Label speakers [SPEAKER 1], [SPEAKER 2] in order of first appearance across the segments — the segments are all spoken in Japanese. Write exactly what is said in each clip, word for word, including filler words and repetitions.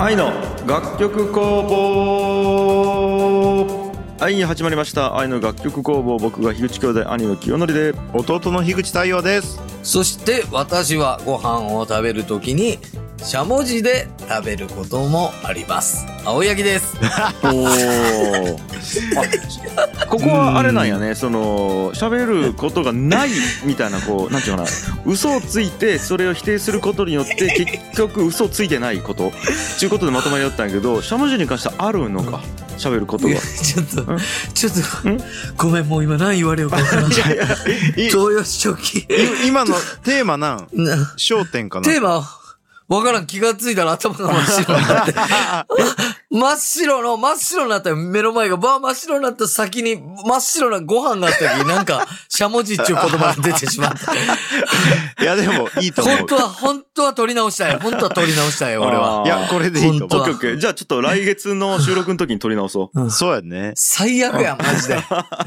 [SPEAKER 1] 愛の楽曲工房。はい、始まりました。愛の楽曲工房。僕が樋口兄弟、兄の清則で、
[SPEAKER 2] 弟の樋口太陽です。
[SPEAKER 3] そして私はご飯を食べるときにしゃもじで食べることもあります。青柳です。
[SPEAKER 1] おーあ、ここはあれなんやね、その喋ることがないみたいな、こうなんていうかな、嘘をついてそれを否定することによって結局嘘をついてないことっていうことでまとまりだったんやけど、しゃもじに関してはあるのか、喋ることが。
[SPEAKER 3] ちょっとちょっとごめん、もう今何言われようか分からない。東洋書記
[SPEAKER 2] 今のテーマなん焦点かな。
[SPEAKER 3] テーマわからん。気がついたら頭が真っ白になって真っ白の真っ白になったよ。目の前がバー真っ白になった先に真っ白なご飯があった時、なんかしゃもじっちゅう言葉が出てしまった。
[SPEAKER 2] いやでもいいと思う。
[SPEAKER 3] 本当は本当は撮り直したよ。本当は撮り直したよ俺は。
[SPEAKER 2] いやこれでいいと思う。
[SPEAKER 1] オッケーオッケー。じゃあちょっと来月の収録の時に撮り直そう。
[SPEAKER 2] うん、そうやね。
[SPEAKER 3] 最悪やんマジで。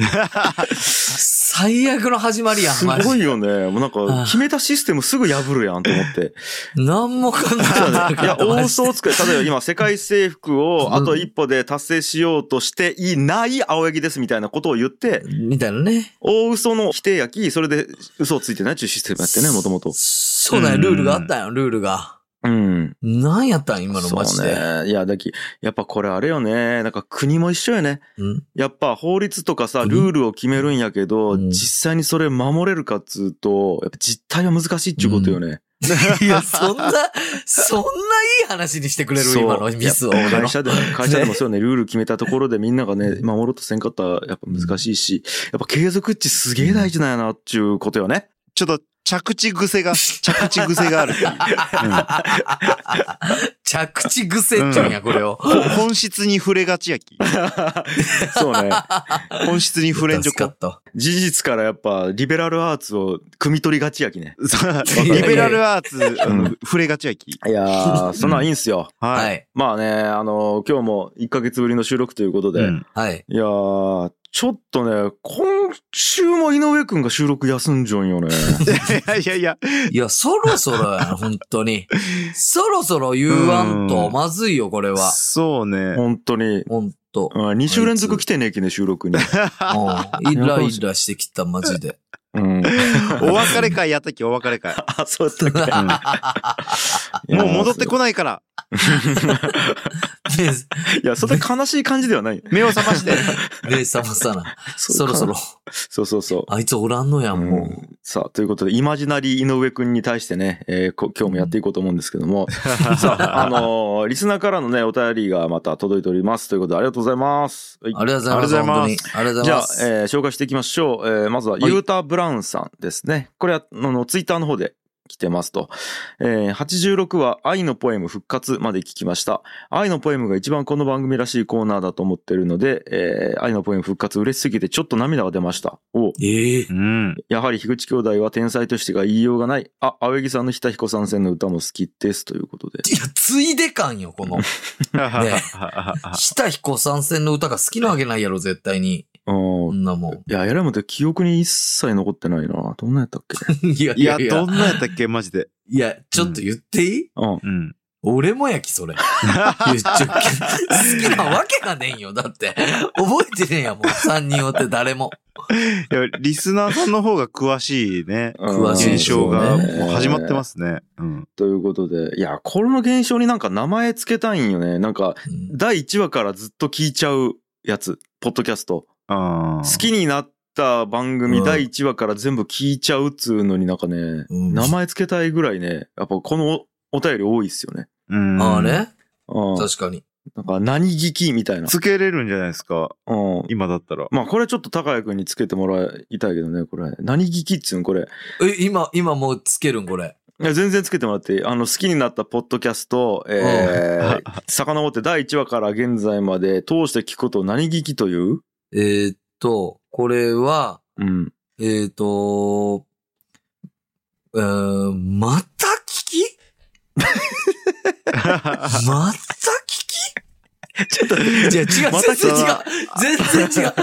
[SPEAKER 3] 最悪の始まりやんマジで。
[SPEAKER 1] すごいよね。もうなんか決めたシステムすぐ破るやんと思って。
[SPEAKER 3] なんも考えない。
[SPEAKER 1] いや、大嘘をつく。例えば今、世界征服をあと一歩で達成しようとしていない青柳ですみたいなことを言って、
[SPEAKER 3] みたいなね。
[SPEAKER 1] 大嘘の否定やき、それで嘘をついてないっていうシステムやってね、もともと。
[SPEAKER 3] そうだよ、ルールがあったよ、ルールが。
[SPEAKER 1] うん。
[SPEAKER 3] なんやったん今のマジで。
[SPEAKER 1] そうね。いや、だき、やっぱこれあれよね。なんか国も一緒よね。うん、やっぱ法律とかさ、ルールを決めるんやけど、うん、実際にそれ守れるかっつうと、やっぱ実態は難しいっちゅうことよね。うん
[SPEAKER 3] いや、そんな、そんないい話にしてくれる今のミスを。
[SPEAKER 1] 会社で、会社でもそうね、ルール決めたところでみんながね、守ろうとせんかったらやっぱ難しいし、やっぱ継続っちすげえ大事なんやなっていうことよね。
[SPEAKER 2] ちょっと着地癖が、着地癖がある。うん、
[SPEAKER 3] 着地癖って言うんや、これを。
[SPEAKER 2] 本質に触れがちやき。
[SPEAKER 1] そうね。
[SPEAKER 2] 本質に触れんじょこ。
[SPEAKER 1] 事実からやっぱリベラルアーツを汲み取りがちやきね。
[SPEAKER 2] リベラルアーツ、あの、触れがちやき。
[SPEAKER 1] いやー、そんなんいいんすよ。
[SPEAKER 2] うん、はい。
[SPEAKER 1] まあね、あの、今日もいっかげつぶりの収録ということで。うん、
[SPEAKER 3] はい。
[SPEAKER 1] いやー、ちょっとね、今週も井上くんが収録休んじゃんよね。
[SPEAKER 2] いやいやいや。
[SPEAKER 3] いや、そろそろや、本当に。そろそろ言わんと、まずいよ、これは。
[SPEAKER 2] そうね。
[SPEAKER 1] 本当に。
[SPEAKER 3] 本当。
[SPEAKER 1] に週連続来てねえきね、収録に。
[SPEAKER 3] イライラしてきた、マジで。
[SPEAKER 2] うん、お別れ会やったっけ、お別れ会。
[SPEAKER 1] あ、そうやったっ
[SPEAKER 2] け、うん、もう戻ってこないから。
[SPEAKER 1] いや、それ悲しい感じではない。
[SPEAKER 2] 目を覚まして。
[SPEAKER 3] 目覚まさな。そろそろ。
[SPEAKER 1] そうそうそう。
[SPEAKER 3] あいつおらんのやん、もう。うん、
[SPEAKER 1] さあ、ということで、イマジナリー井上くんに対してね、えー、今日もやっていこうと思うんですけども。さあ、あのー、リスナーからのね、お便りがまた届いております。ということで、ありがとうございます。
[SPEAKER 3] はい、ありがとうございます。ありがとうございます。
[SPEAKER 1] じゃあ、えー、紹介していきましょう。えー、まずは、ユータ・ブラウンさんですね。これは、あの、ツイッターの方で来てますと。えー、はちじゅうろくは愛のポエム復活まで聞きました。愛のポエムが一番この番組らしいコーナーだと思ってるので、えー、愛のポエム復活嬉しすぎてちょっと涙が出ました。お
[SPEAKER 3] えー、
[SPEAKER 1] うん。やはり樋口兄弟は天才としてが言いようがない。あ、青柳さんの日田彦参戦の歌も好きですということで。
[SPEAKER 3] いや、ついで感よ、この。ね。日田彦参戦の歌が好きなわけないやろ、絶対に。
[SPEAKER 1] こ
[SPEAKER 3] んなもん。
[SPEAKER 1] いや、やらもて記憶に一切残ってないな。どんなやったっけ
[SPEAKER 3] いや
[SPEAKER 2] いや、いやどんなやったっけマジで。
[SPEAKER 3] いや、ちょっと言っていい、
[SPEAKER 1] うん、うん。
[SPEAKER 3] 俺もやき、それ。言っちゃうけど。好きなわけがねえよ。だって。覚えてねえや、もう。三人おって誰も。
[SPEAKER 2] いや、リスナーさんの方が詳しいね。
[SPEAKER 3] 詳しい。
[SPEAKER 2] 現象がもう始まってますね。うん。
[SPEAKER 1] ということで。いや、この現象になんか名前つけたいんよね。なんか、うん、だいいちわからずっと聞いちゃうやつ。ポッドキャスト。
[SPEAKER 2] あ
[SPEAKER 1] 好きになった番組、うん、だいいちわから全部聞いちゃうっつうのになんかね、うん、名前つけたいぐらいね、やっぱこのお便り多いっすよね。
[SPEAKER 3] うん。ああね。
[SPEAKER 1] あ
[SPEAKER 3] 確かに。
[SPEAKER 1] なんか何聞きみたいな。
[SPEAKER 2] つけれるんじゃないですか。
[SPEAKER 1] うん。
[SPEAKER 2] 今だったら。
[SPEAKER 1] まあこれちょっと高谷くんにつけてもらいたいけどね、これ。何聞きっつうのこれ。
[SPEAKER 3] え、今、今もうつけるんこれ。
[SPEAKER 1] いや、全然つけてもらって、あの、好きになったポッドキャスト、えー、遡ってだいいちわから現在まで通して聞くことを何聞きという？
[SPEAKER 3] えー、っと、これは、
[SPEAKER 1] うん。
[SPEAKER 3] えー、っと、えー、また聞きまた聞きちょっと、違う、違う、全然違う。全然違う。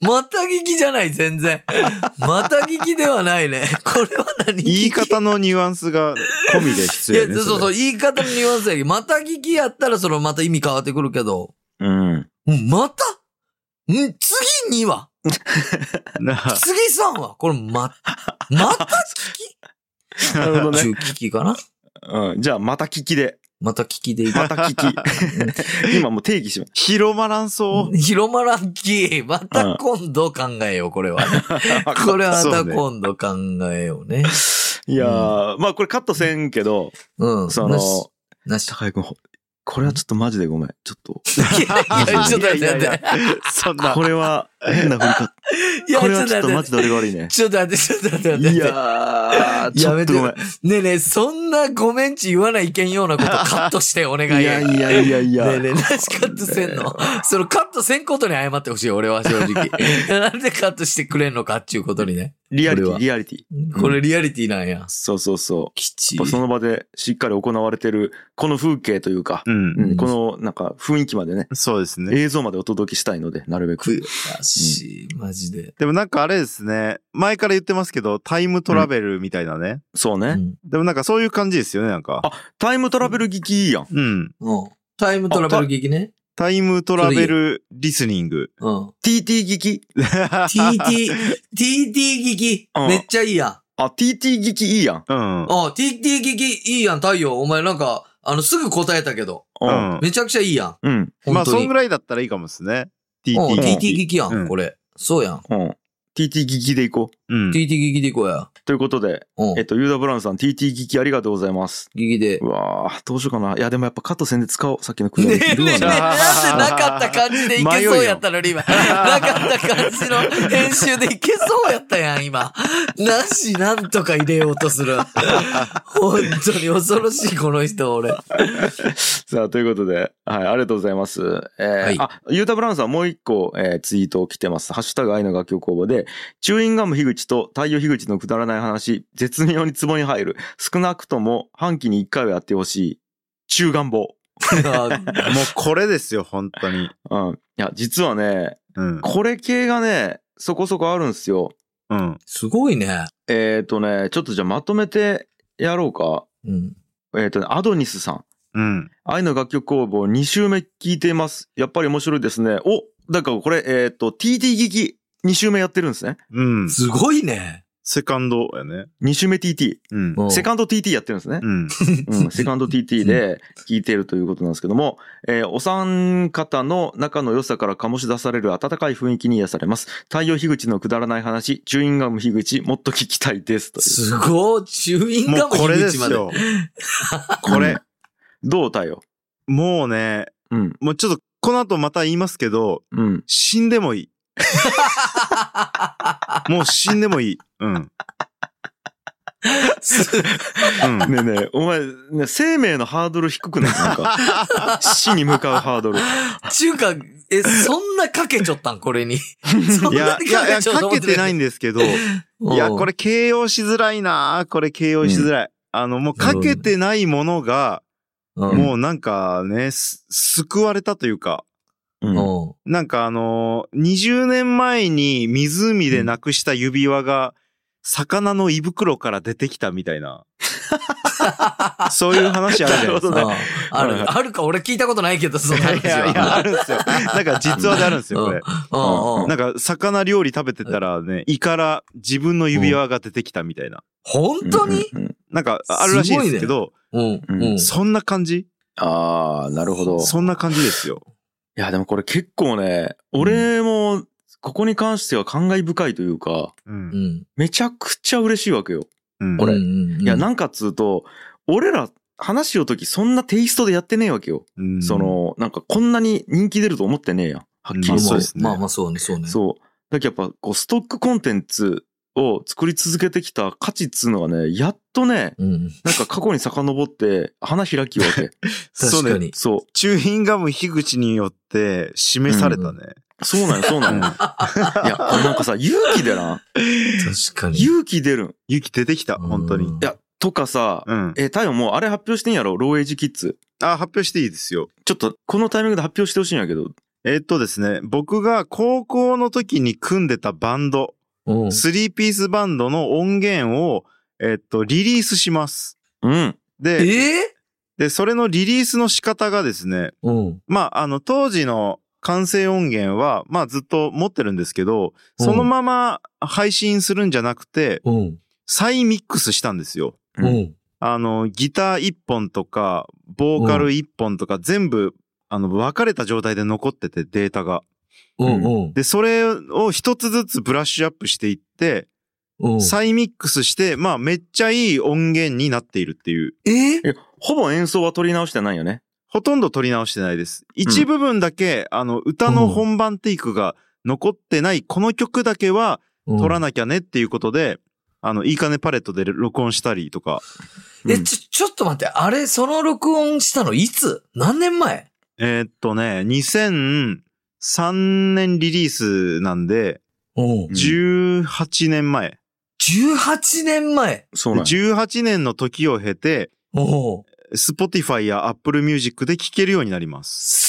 [SPEAKER 3] また聞きじゃない、全然。また聞きではないね。これは何？
[SPEAKER 2] 言い方のニュアンスが込みで必要ね。
[SPEAKER 3] いや、そうそう、言い方のニュアンスやけど、また聞きやったらそのまた意味変わってくるけど。
[SPEAKER 1] うん。
[SPEAKER 3] またん次には
[SPEAKER 2] な
[SPEAKER 3] 次さんはこれま、また聞き
[SPEAKER 1] なるほどね。
[SPEAKER 3] 中聞きかな。
[SPEAKER 1] うん。じゃあ、また聞きで。
[SPEAKER 3] また聞きでいい。
[SPEAKER 1] また聞き。今もう定義します。
[SPEAKER 2] 広まらんそう。
[SPEAKER 3] 広まらんき。また今度考えよう、これは、ね。これはまた今度考えようね。
[SPEAKER 1] いやー、うん、まあこれカットせんけど、
[SPEAKER 3] うん。
[SPEAKER 1] その、
[SPEAKER 3] なし。
[SPEAKER 1] 高井君、これはちょっとマジでごめん。ちょっと。
[SPEAKER 3] いやいや、ちょっと待って待って。
[SPEAKER 2] そんな。
[SPEAKER 1] これは変な振り方。いや、これはちょっとマジで俺が悪いね。
[SPEAKER 3] ちょっと待って、ちょっと待って待って。
[SPEAKER 1] いやー、ちょっとごめん。
[SPEAKER 3] ねえねえ、そんなごめんち言わないけんようなことカットしてお願いや。
[SPEAKER 1] いやいやいやいや。
[SPEAKER 3] ねえねえ、なしカットせんの？そのカットせんことに謝ってほしい、俺は正直。なんでカットしてくれんのかっていうことにね。
[SPEAKER 1] リアリティ、リアリテ
[SPEAKER 3] ィ。これリアリティなんや。
[SPEAKER 1] そうそうそう。
[SPEAKER 3] きち
[SPEAKER 1] その場でしっかり行われてる、この風景というか、
[SPEAKER 2] うん
[SPEAKER 1] うん、このなんか雰囲気までね。
[SPEAKER 2] そうですね。
[SPEAKER 1] 映像までお届けしたいので、なるべく。
[SPEAKER 3] 悔しい、マジで。
[SPEAKER 2] でもなんかあれですね。前から言ってますけど、タイムトラベルみたいなね。うん、
[SPEAKER 1] そうね、うん。
[SPEAKER 2] でもなんかそういう感じですよね、なんか。
[SPEAKER 1] あ、タイムトラベル聞きいいやん。
[SPEAKER 2] うん。
[SPEAKER 3] うん。タイムトラベル聞きね。
[SPEAKER 2] タイムトラベルリスニング。
[SPEAKER 3] うん。
[SPEAKER 1] ティーティー 聞き
[SPEAKER 3] ティーティー、ティーティー聞き。めっちゃいいやん。
[SPEAKER 1] あ、ティーティー 聞きいいやん。
[SPEAKER 2] うん。
[SPEAKER 3] あ、ティーティー 聞きいいやん、太陽。お前なんか、あの、すぐ答えたけど。
[SPEAKER 2] うん。
[SPEAKER 3] めちゃくちゃいいやん。
[SPEAKER 1] うん。
[SPEAKER 2] まあ、そんぐらいだったらいいかもですね。ティーティー。
[SPEAKER 3] ティーティー 聞きやん、これ。そうやん。
[SPEAKER 1] うん。ティーティー 聞きでいこ
[SPEAKER 2] う。うん。
[SPEAKER 3] ティーティー 聞きでいこうや。
[SPEAKER 1] ということで、えっと、ユーダブラウンさん、ティーティー 聞きありがとうございます。
[SPEAKER 3] 聞きで。
[SPEAKER 1] うわぁ、どうしようかな。いや、でもやっぱカット線で使おう。さっきのくだり。
[SPEAKER 3] ねえねえねえ、なんでなかった感じでいけそうやったのに、今。なかった感じの編集でいけそうやったやん、今。なし、なんとか入れようとする。本当に恐ろしい、この人、俺。
[SPEAKER 1] さあ、ということで、はい、ありがとうございます。えー、はい、あ、ユータブラウンさんもう一個、えー、ツイート来てます。ハッシュタグ愛の楽曲工房で、チューインガム樋口と太陽樋口のくだらない話、絶妙にツボに入る。少なくとも半期に一回はやってほしい。中願望。も
[SPEAKER 2] うこれですよ、本当に。
[SPEAKER 1] うん。いや、実はね、
[SPEAKER 2] うん、
[SPEAKER 1] これ系がね、そこそこあるんですよ。
[SPEAKER 2] うん。
[SPEAKER 3] すごいね。
[SPEAKER 1] えっとね、ちょっとじゃあまとめてやろうか。
[SPEAKER 3] うん。
[SPEAKER 1] えっとね、アドニスさん。
[SPEAKER 2] うん。
[SPEAKER 1] 愛の楽曲工房に週目聞いています。やっぱり面白いですね。お、だからこれ、えっと、ティーティー 聞きに週目やってるんですね。
[SPEAKER 2] うん。
[SPEAKER 3] すごいね。
[SPEAKER 2] セカンドやね。
[SPEAKER 1] に週目 ティーティ
[SPEAKER 2] ー。
[SPEAKER 1] うん。セカンド ティーティー やってるんですね。
[SPEAKER 2] うん。
[SPEAKER 1] うん。セカンド ティーティー で聞いているということなんですけども、えー、お三方の仲の良さから醸し出される温かい雰囲気に癒されます。太陽樋口のくだらない話、チューインガム樋口、もっと聞きたいです。
[SPEAKER 3] すごい。チューインガム樋口まで。
[SPEAKER 2] もうこれですよ。これ。
[SPEAKER 1] どう太陽？
[SPEAKER 2] もうね、
[SPEAKER 1] うん。
[SPEAKER 2] もうちょっと、この後また言いますけど、
[SPEAKER 1] うん。
[SPEAKER 2] 死んでもいい。もう死んでもいい。うん。
[SPEAKER 1] うん、ねえねえ、お前、ね、生命のハードル低くない？なんか、死に向かうハードル。
[SPEAKER 3] ちゅうか、え、そんなかけちょったんこれに。そん
[SPEAKER 2] いや、いや、いや、かけてないんですけど、いや、これ形容しづらいなこれ形容しづらい。うん、あの、もうかけてないものが、うん、もうなんかね、す、救われたというか、
[SPEAKER 1] うん、
[SPEAKER 2] なんかあのー、にじゅうねんまえに湖でなくした指輪が、魚の胃袋から出てきたみたいな。そういう話あるじゃないですか。
[SPEAKER 3] ね、ある、あるか俺聞いたことないけど、その話は。
[SPEAKER 2] いやいや、あるんですよ。なんか実話であるんですよ、これ。
[SPEAKER 3] うん、
[SPEAKER 2] なんか魚料理食べてたらね、胃から自分の指輪が出てきたみたいな。
[SPEAKER 3] 本当に？
[SPEAKER 2] なんかあるらしいですけど、
[SPEAKER 3] ね、うんうん、
[SPEAKER 2] そんな感じ？
[SPEAKER 1] ああ、なるほど。
[SPEAKER 2] そんな感じですよ。
[SPEAKER 1] いや、でもこれ結構ね、俺も、ここに関しては感慨深いというか、
[SPEAKER 2] うん、
[SPEAKER 1] めちゃくちゃ嬉しいわけよ。
[SPEAKER 2] うん、
[SPEAKER 1] これ、
[SPEAKER 3] うんうんうん。
[SPEAKER 1] いや、なんかっつうと、俺ら話しようときそんなテイストでやってねえわけよ。
[SPEAKER 2] うん、
[SPEAKER 1] その、なんかこんなに人気出ると思ってねえやん。はっきり
[SPEAKER 2] そうですね。
[SPEAKER 3] まあまあそうね、そうね。
[SPEAKER 1] そう。だけどやっぱこうストックコンテンツを作り続けてきた価値っつうのはね、やっとね、
[SPEAKER 3] うん、
[SPEAKER 1] なんか過去に遡って花開きわけ。
[SPEAKER 3] 確かに。
[SPEAKER 1] そう。
[SPEAKER 2] チューインガム樋口によって示されたね。うん、
[SPEAKER 1] そうなんよ、そうなんよ。いや、これなんかさ、勇気出な。
[SPEAKER 3] 確かに。
[SPEAKER 1] 勇気出るん。
[SPEAKER 2] 勇気出てきた、本当に。
[SPEAKER 1] いや、とかさ、
[SPEAKER 2] うん、
[SPEAKER 1] え、太陽もうあれ発表してんやろ？ローエイジキッズ。
[SPEAKER 2] あ、発表していいですよ。
[SPEAKER 1] ちょっと、このタイミングで発表してほしいんやけど、
[SPEAKER 2] えー、っとですね、僕が高校の時に組んでたバンド、うん、スリーピースバンドの音源を、えー、っと、リリースします。
[SPEAKER 1] うん。
[SPEAKER 2] で、
[SPEAKER 3] え
[SPEAKER 2] ー、で、それのリリースの仕方がですね、うん、まあ、あの、当時の完成音源は、まあ、ずっと持ってるんですけど、そのまま配信するんじゃなくて、うん、再ミックスしたんですよ。うん、あの、ギター一本とか、ボーカル一本とか、全部、あの、分かれた状態で残ってて、データが。うんうん、で、それを一つずつブラッシュアップしていって、うん、再ミックスして、まあ、めっちゃいい音源になっているっていう。
[SPEAKER 3] え
[SPEAKER 1] ー、ほぼ演奏は取り直してないよね。
[SPEAKER 2] ほとんど取り直してないです。一部分だけ、うん、あの、歌の本番テイクが残ってない、この曲だけは取らなきゃねっていうことで、うん、あの、いいかねパレットで録音したりとか。
[SPEAKER 3] え、ちょ、ちょっと待って、あれ、その録音したのいつ？何年前？
[SPEAKER 2] えー、っとね、にせんさんねんリリースなんで、じゅうはちねんまえ。
[SPEAKER 3] じゅうはちねんまえ。
[SPEAKER 1] そうなん。
[SPEAKER 2] じゅうはちねんの時を経て、Spotify や Apple Music で聴けるようになります。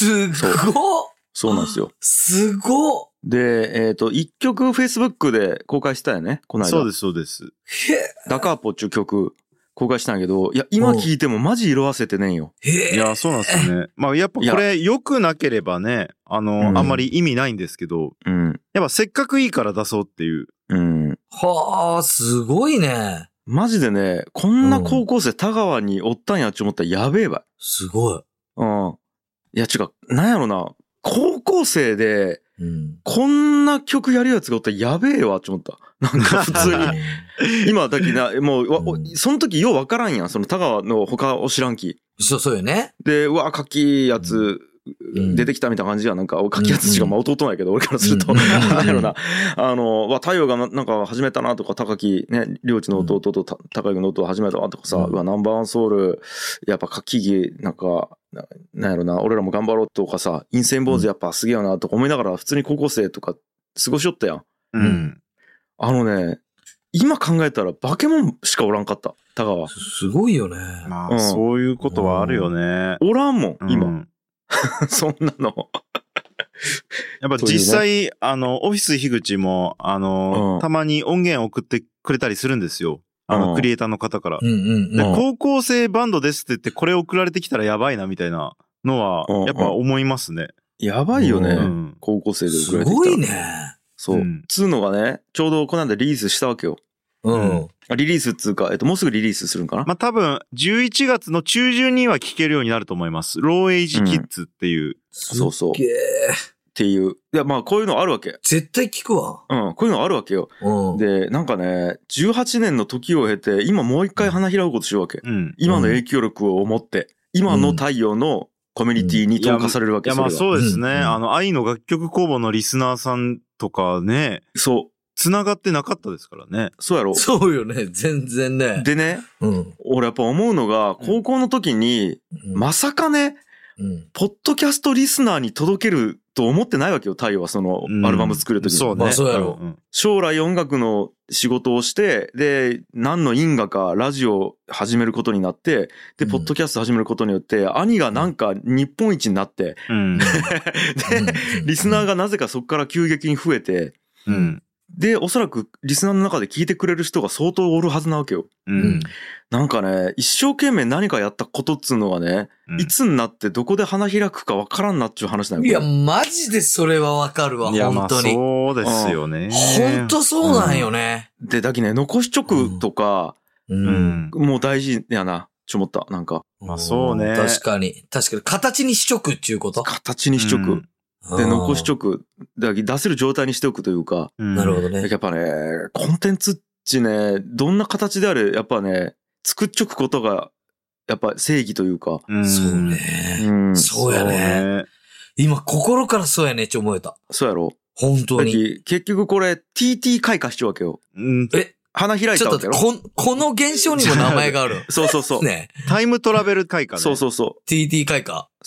[SPEAKER 3] すごっ。
[SPEAKER 1] そうなんですよ。
[SPEAKER 3] すごっ。
[SPEAKER 1] で、えっと、一曲 Facebook で公開したよね、この間。
[SPEAKER 2] そうです、そうです。
[SPEAKER 1] ダカーポっちゅう曲公開したんやけど、いや、今聴いてもマジ色あせてねんよ。
[SPEAKER 2] いや、そうなんですよね。まあ、やっぱこれ良くなければね、あの、うん、あんまり意味ないんですけど、うん、やっぱせっかくいいから出そうっていう。
[SPEAKER 1] うん。
[SPEAKER 3] はあ、すごいね。
[SPEAKER 1] マジでね、こんな高校生田川におったんやっち思ったらやべえわ。
[SPEAKER 3] すごい。
[SPEAKER 1] うん。いや違う、なんやろな、高校生で、うん、こんな曲やるやつがおったらやべえわって思った。なんか普通に。今だけな、もう、うん、その時ようわからんやん。その田川の他を知らんき。
[SPEAKER 3] そう、そうよね。
[SPEAKER 1] で、うわ、かっきいやつ、うん、出てきたみたいな感じや。なんか、かっきいやつしか、まあ弟なんやけど、俺からすると。なんやろな。あの、わ、太陽がなんか始めたなとか、高木ね、りょうちの弟と高木の弟始めたわとかさ、うん、うわ、ナンバーワンソウル、やっぱかっきい、なんか、なんやろな、俺らも頑張ろうとかさ、陰線坊主やっぱすげえよなとか思いながら、普通に高校生とか過ごしよったやん。
[SPEAKER 2] うん。
[SPEAKER 1] あのね、今考えたらバケモンしかおらんかった、田川。
[SPEAKER 3] すごいよね。
[SPEAKER 2] まあ、うん、そういうことはあるよね。
[SPEAKER 1] おらんもん、今。うん、そんなの。
[SPEAKER 2] やっぱ実際、ね、あの、オフィス樋口も、あの、うん、たまに音源送ってくれたりするんですよ。あの、うん、クリエイターの方から、
[SPEAKER 3] うんうんうん。
[SPEAKER 2] で。高校生バンドですって言って、これ送られてきたらやばいな、みたいなのは、やっぱ思いますね。
[SPEAKER 1] やばいよね。うん、高校生で送られてきたら。
[SPEAKER 3] すごいね。
[SPEAKER 1] そう。うん、つうのがね、ちょうどこの間リリースしたわけよ。
[SPEAKER 3] うん。
[SPEAKER 1] リリースっつうか、えっと、もうすぐリリースするんかな？
[SPEAKER 2] まあ、多分、じゅういちがつの中旬には聴けるようになると思います。ローエイジキッズっていう。うん、
[SPEAKER 1] そうそう。
[SPEAKER 3] すげー。
[SPEAKER 1] っていう。いや、まあ、こういうのあるわけ。
[SPEAKER 3] 絶対聞くわ。
[SPEAKER 1] うん、こういうのあるわけよ。うん。で、なんかね、じゅうはちねんの時を経て、今もう一回花開くことしようわけ。うん。今の影響力を持って、今の太陽のコミュニティに投下されるわけ。
[SPEAKER 2] いや、まあそうですね。あの、愛の楽曲公募のリスナーさんとかね。
[SPEAKER 1] そう。
[SPEAKER 2] 繋がってなかったですからね。
[SPEAKER 1] そうやろ。
[SPEAKER 3] そうよね。全然ね。
[SPEAKER 1] でね、うん、俺やっぱ思うのが、高校の時に、うん、まさかね、うん、ポッドキャストリスナーに届けると思ってないわけよ、太陽はそのアルバム作る時に。
[SPEAKER 2] うん、そうね。
[SPEAKER 3] まあそうやろ、
[SPEAKER 1] うん。将来音楽の仕事をして、で、何の因果かラジオを始めることになって、で、ポッドキャスト始めることによって、兄がなんか日本一になって、うん、で、リスナーがなぜかそこから急激に増えて、うんで、おそらくリスナーの中で聞いてくれる人が相当おるはずなわけよ。
[SPEAKER 2] うん。
[SPEAKER 1] なんかね、一生懸命何かやったことっつうのがね、うん、いつになってどこで花開くかわからんなっちゅう話なん
[SPEAKER 3] よ。いや、マジでそれはわかるわ、本当に。いや、まあ
[SPEAKER 2] そうですよね。
[SPEAKER 3] 本当そうなんよね。
[SPEAKER 1] うん、で、だけね、残し直とか、うん、もう大事やな、ちょ思った、なんか。
[SPEAKER 2] まあそうね。
[SPEAKER 3] 確かに。確かに、形にしちょくっていうこと？
[SPEAKER 1] 形にしちょく。うんで、残しとく。出せる状態にしておくというか。
[SPEAKER 3] うん、なるほどね。
[SPEAKER 1] やっぱね、コンテンツっちね、どんな形であれ、やっぱね、作っちょくことが、やっぱ正義というか。
[SPEAKER 3] うん、そうね、うん。そうやね。ね今、心からそうやねって思えた。
[SPEAKER 1] そうやろ。
[SPEAKER 3] 本当に。
[SPEAKER 1] 結局これ、ティーティー 開花しちゃうわけよ。
[SPEAKER 3] うん、え
[SPEAKER 1] 花開いたわけよ。
[SPEAKER 3] ちょっとこ、この現象にも名前がある。
[SPEAKER 1] そうそうそう。
[SPEAKER 2] ね。タイムトラベル開花ね。
[SPEAKER 1] そうそうそう。
[SPEAKER 3] ティーティー 開花。
[SPEAKER 1] そう。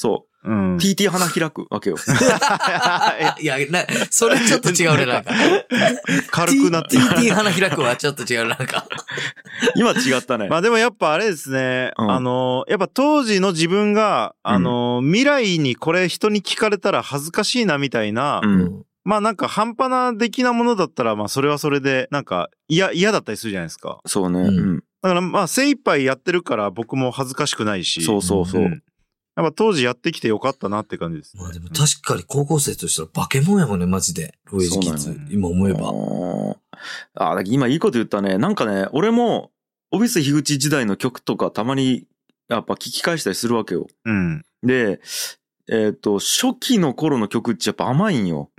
[SPEAKER 2] うん、
[SPEAKER 1] ティーティー 花開くわけよ。
[SPEAKER 3] いや、な、それちょっと違うね、なんか。
[SPEAKER 2] 軽くなって。
[SPEAKER 3] ティーティー 花開くはちょっと違う、なんか。
[SPEAKER 1] 今違ったね。
[SPEAKER 2] まあでもやっぱあれですね、うん、あの、やっぱ当時の自分が、あの、うん、未来にこれ人に聞かれたら恥ずかしいなみたいな、うん、まあなんか半端な的なものだったら、まあそれはそれで、なんか嫌、嫌だったりするじゃないですか。
[SPEAKER 1] そうね。うん、
[SPEAKER 2] だからまあ精一杯やってるから僕も恥ずかしくないし。
[SPEAKER 1] そうそうそう。うん、
[SPEAKER 2] やっぱ当時やってきてよかったなって感じです、ね。
[SPEAKER 3] まあでも確かに高校生としたら化け物やもんね、マジで。ロイジキッズ。今思えば。
[SPEAKER 1] ああ、だ今いいこと言ったね。なんかね、俺も、オフィス樋口時代の曲とかたまにやっぱ聞き返したりするわけよ。
[SPEAKER 2] うん。
[SPEAKER 1] で、えっと、初期の頃の曲ってやっぱ甘いんよ。
[SPEAKER 2] うん。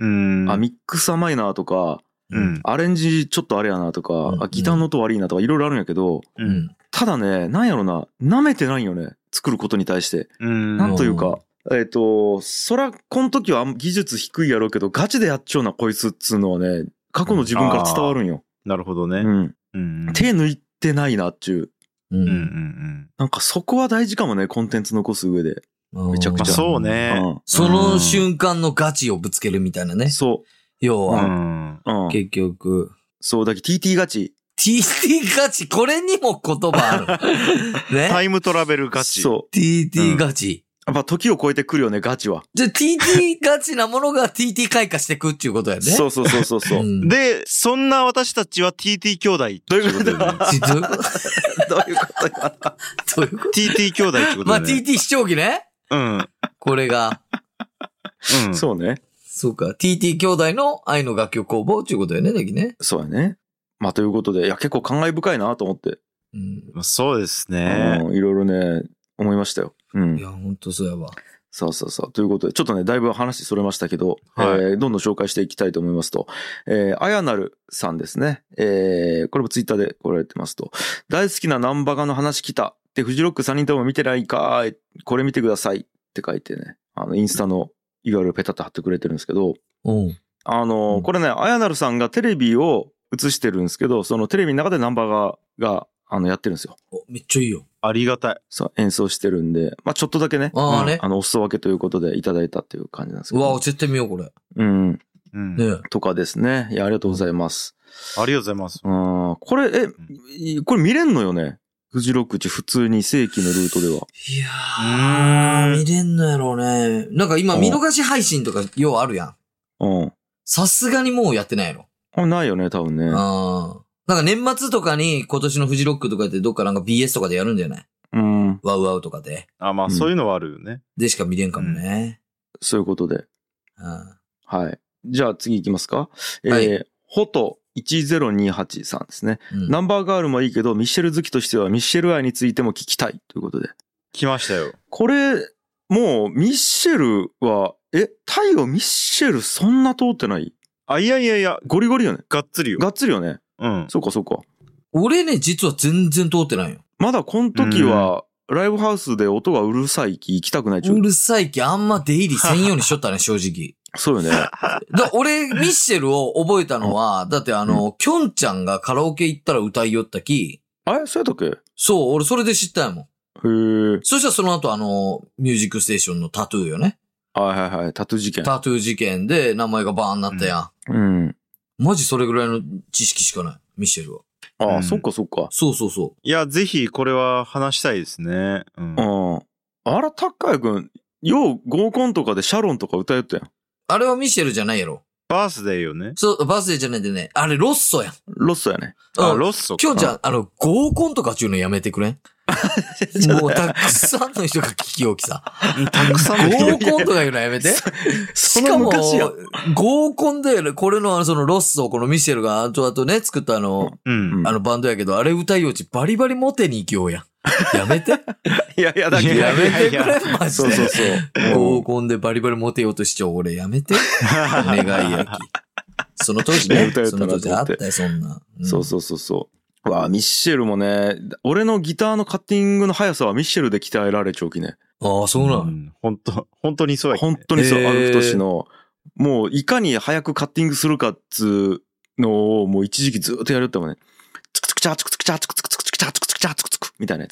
[SPEAKER 1] あ、ミックス甘いなとか、
[SPEAKER 2] うん、
[SPEAKER 1] アレンジちょっとあれやなとか、うん、あギターの音悪いなとかいろいろあるんやけど、
[SPEAKER 2] うん、
[SPEAKER 1] ただね、なんやろな、舐めてないよね。作ることに対して。
[SPEAKER 2] うん、
[SPEAKER 1] なんというか、えっと、そら、この時は技術低いやろうけど、ガチでやっちゃうな、こいつっつうのはね、過去の自分から伝わるんよ。
[SPEAKER 2] なるほどね。
[SPEAKER 1] うん
[SPEAKER 2] うん、
[SPEAKER 1] 手抜いてないなっちゅ
[SPEAKER 3] う。うんうんう
[SPEAKER 2] ん、
[SPEAKER 1] なんかそこは大事かもね、コンテンツ残す上で。めちゃくちゃ。
[SPEAKER 2] そうね、
[SPEAKER 1] うん。
[SPEAKER 3] その瞬間のガチをぶつけるみたいなね。
[SPEAKER 1] そう。
[SPEAKER 3] 要は、
[SPEAKER 2] うん
[SPEAKER 1] うん、
[SPEAKER 3] 結局。
[SPEAKER 1] そう、だけど ティーティー ガチ。
[SPEAKER 3] ティーティー ガチ、これにも言葉ある。ね。
[SPEAKER 2] タイムトラベルガチ。
[SPEAKER 1] そう。
[SPEAKER 3] ティーティー ガチ。
[SPEAKER 1] やっぱ時を超えてくるよね、ガチは。
[SPEAKER 3] じゃあ ティーティー ガチなものが ティーティー 開花してくっていうことやね。
[SPEAKER 1] そうそうそうそうそう、うん。
[SPEAKER 2] で、そんな私たちは ティーティー 兄弟。
[SPEAKER 1] どういうことだよね。
[SPEAKER 3] どういうことどういうことどういうこと
[SPEAKER 2] ティーティー 兄弟ってことだよね。
[SPEAKER 3] まあ ティーティー 視聴器ね。
[SPEAKER 2] うん。
[SPEAKER 3] これが。
[SPEAKER 2] うん。
[SPEAKER 1] そうね。
[SPEAKER 3] そうか。ティーティー 兄弟の愛の楽曲工房っていうことだよね、だきね。
[SPEAKER 1] そうやね。まあということで、いや結構感慨深いなと思って。
[SPEAKER 3] うん。
[SPEAKER 2] そうですね。
[SPEAKER 1] いろいろね、思いましたよ。うん。
[SPEAKER 3] いや、ほんとそうやわ。
[SPEAKER 1] そうそうそう。ということで、ちょっとね、だいぶ話それましたけど、
[SPEAKER 2] はい、
[SPEAKER 1] えー、どんどん紹介していきたいと思いますと、えー、あやなるさんですね。えー、これもツイッターで来られてますと、大好きなナンバガの話来た。で、フジロックさんにんとも見てないかーい。これ見てください。って書いてね、あの、インスタの ユーアールエル ペタッと貼ってくれてるんですけど、
[SPEAKER 3] うん。
[SPEAKER 1] あの、うん、これね、あやなるさんがテレビを映してるんですけど、そのテレビの中でナンバガが、あの、やってるんですよ。
[SPEAKER 3] お、めっちゃいいよ。
[SPEAKER 2] ありがたい。
[SPEAKER 1] そう、演奏してるんで、まあちょっとだけね、
[SPEAKER 3] ああね、
[SPEAKER 1] うん、あの、お裾分けということでいただいたっていう感じなんですけど。
[SPEAKER 3] うわ、絶対見よう、これ。
[SPEAKER 1] うん。
[SPEAKER 2] うん。
[SPEAKER 3] ね、
[SPEAKER 1] とかですね。いや、ありがとうございます。
[SPEAKER 2] ありがとうございます。
[SPEAKER 1] うん。これ、え、これ見れんのよね。フジロック地普通に正規のルートでは。
[SPEAKER 3] いやー、見れんのやろうね。なんか今見逃し配信とかようあるや
[SPEAKER 1] ん。うん。
[SPEAKER 3] さすがにもうやってないやろ。
[SPEAKER 1] あ、ないよね、多分ね。
[SPEAKER 3] ああ。なんか年末とかに今年のフジロックとかでどっかなんか ビーエス とかでやるんじゃない？
[SPEAKER 1] うん。
[SPEAKER 3] ワウワウとかで。
[SPEAKER 2] あ、まあそういうのはあるよね。うん、
[SPEAKER 3] でしか見れんかもね。
[SPEAKER 1] うん、そういうことで。
[SPEAKER 3] うん、
[SPEAKER 1] はい。じゃあ次行きますか。えー、
[SPEAKER 3] はい、
[SPEAKER 1] ホトいちぜろにはちさんですね、うん。ナンバーガールもいいけど、ミッシェル好きとしてはミッシェル愛についても聞きたいということで。
[SPEAKER 2] 来ましたよ。
[SPEAKER 1] これ、もうミッシェルは、え、タイをミッシェルそんな通ってない？
[SPEAKER 2] あ、いやいやいや。
[SPEAKER 1] ゴリゴリよね。
[SPEAKER 2] がっつりよ。
[SPEAKER 1] がっつりよね。
[SPEAKER 2] うん。
[SPEAKER 1] そうかそうか。
[SPEAKER 3] 俺ね、実は全然通ってないよ。
[SPEAKER 1] まだこの時は、ライブハウスで音がうるさいき行きたくないちょ
[SPEAKER 3] うるさいきあんま出入りせんようにしとったね、正直。
[SPEAKER 1] そうよね。
[SPEAKER 3] だ俺、ミッシェルを覚えたのは、だってあの、きょんちゃんがカラオケ行ったら歌いよったき。
[SPEAKER 1] あれそうやったっけ？
[SPEAKER 3] そう、俺それで知ったやもん。
[SPEAKER 1] へえ。
[SPEAKER 3] そしたらその後あの、ミュージックステーションのタトゥーよね。
[SPEAKER 1] はいはいはい、タトゥー事件。
[SPEAKER 3] タトゥー事件で名前がバーンなったや
[SPEAKER 1] ん。うん。
[SPEAKER 3] マジそれぐらいの知識しかない、ミッシェルは。
[SPEAKER 1] ああ、
[SPEAKER 2] うん、
[SPEAKER 1] そっかそっか。
[SPEAKER 3] そうそうそう。
[SPEAKER 2] いや、ぜひこれは話したいですね。うん。
[SPEAKER 1] ああ。あら、タッカイ君、よう合コンとかでシャロンとか歌えったやん。
[SPEAKER 3] あれはミッシェルじゃないやろ。
[SPEAKER 2] バースデーよね。
[SPEAKER 3] そう、バースデーじゃないでね。あれ、ロッソやん。
[SPEAKER 1] ロッソやね。
[SPEAKER 2] あ、ロッソか。
[SPEAKER 3] きょんちゃん、あの、合コンとかちゅうのやめてくれんもうたくさんの人が聞き置きさ。
[SPEAKER 2] たくさんの人
[SPEAKER 3] 合コンとか言うのやめて。しかも、合コンで、これのあの、そのロッソ、このミシェルが後々ね、作ったあの、
[SPEAKER 2] うん、
[SPEAKER 3] あのバンドやけど、あれ歌いようちバリバリモテに行きようやん。やめて。
[SPEAKER 1] いやいや、だけど。
[SPEAKER 3] やめてくれ、マジで。
[SPEAKER 1] そうそうそう。
[SPEAKER 3] 合コンでバリバリモテようとしちゃう俺やめて。お願いやき。その当時ね。その当時あったよ、そんな。
[SPEAKER 1] うん、そうそうそうそう。わあ、ミッシェルもね、俺のギターのカッティングの速さはミッシェルで鍛えられちゃうきね。
[SPEAKER 3] ああ、そうなの、うん、
[SPEAKER 2] 本当本当にそうや、ね。
[SPEAKER 1] 本当にそう、アルフトシの、もういかに早くカッティングするかっつうのをもう一時期ずっとやるってもね、つくつくちゃつくつくちゃつくつくつくちゃつくつくちゃつくつくみたいなやつ。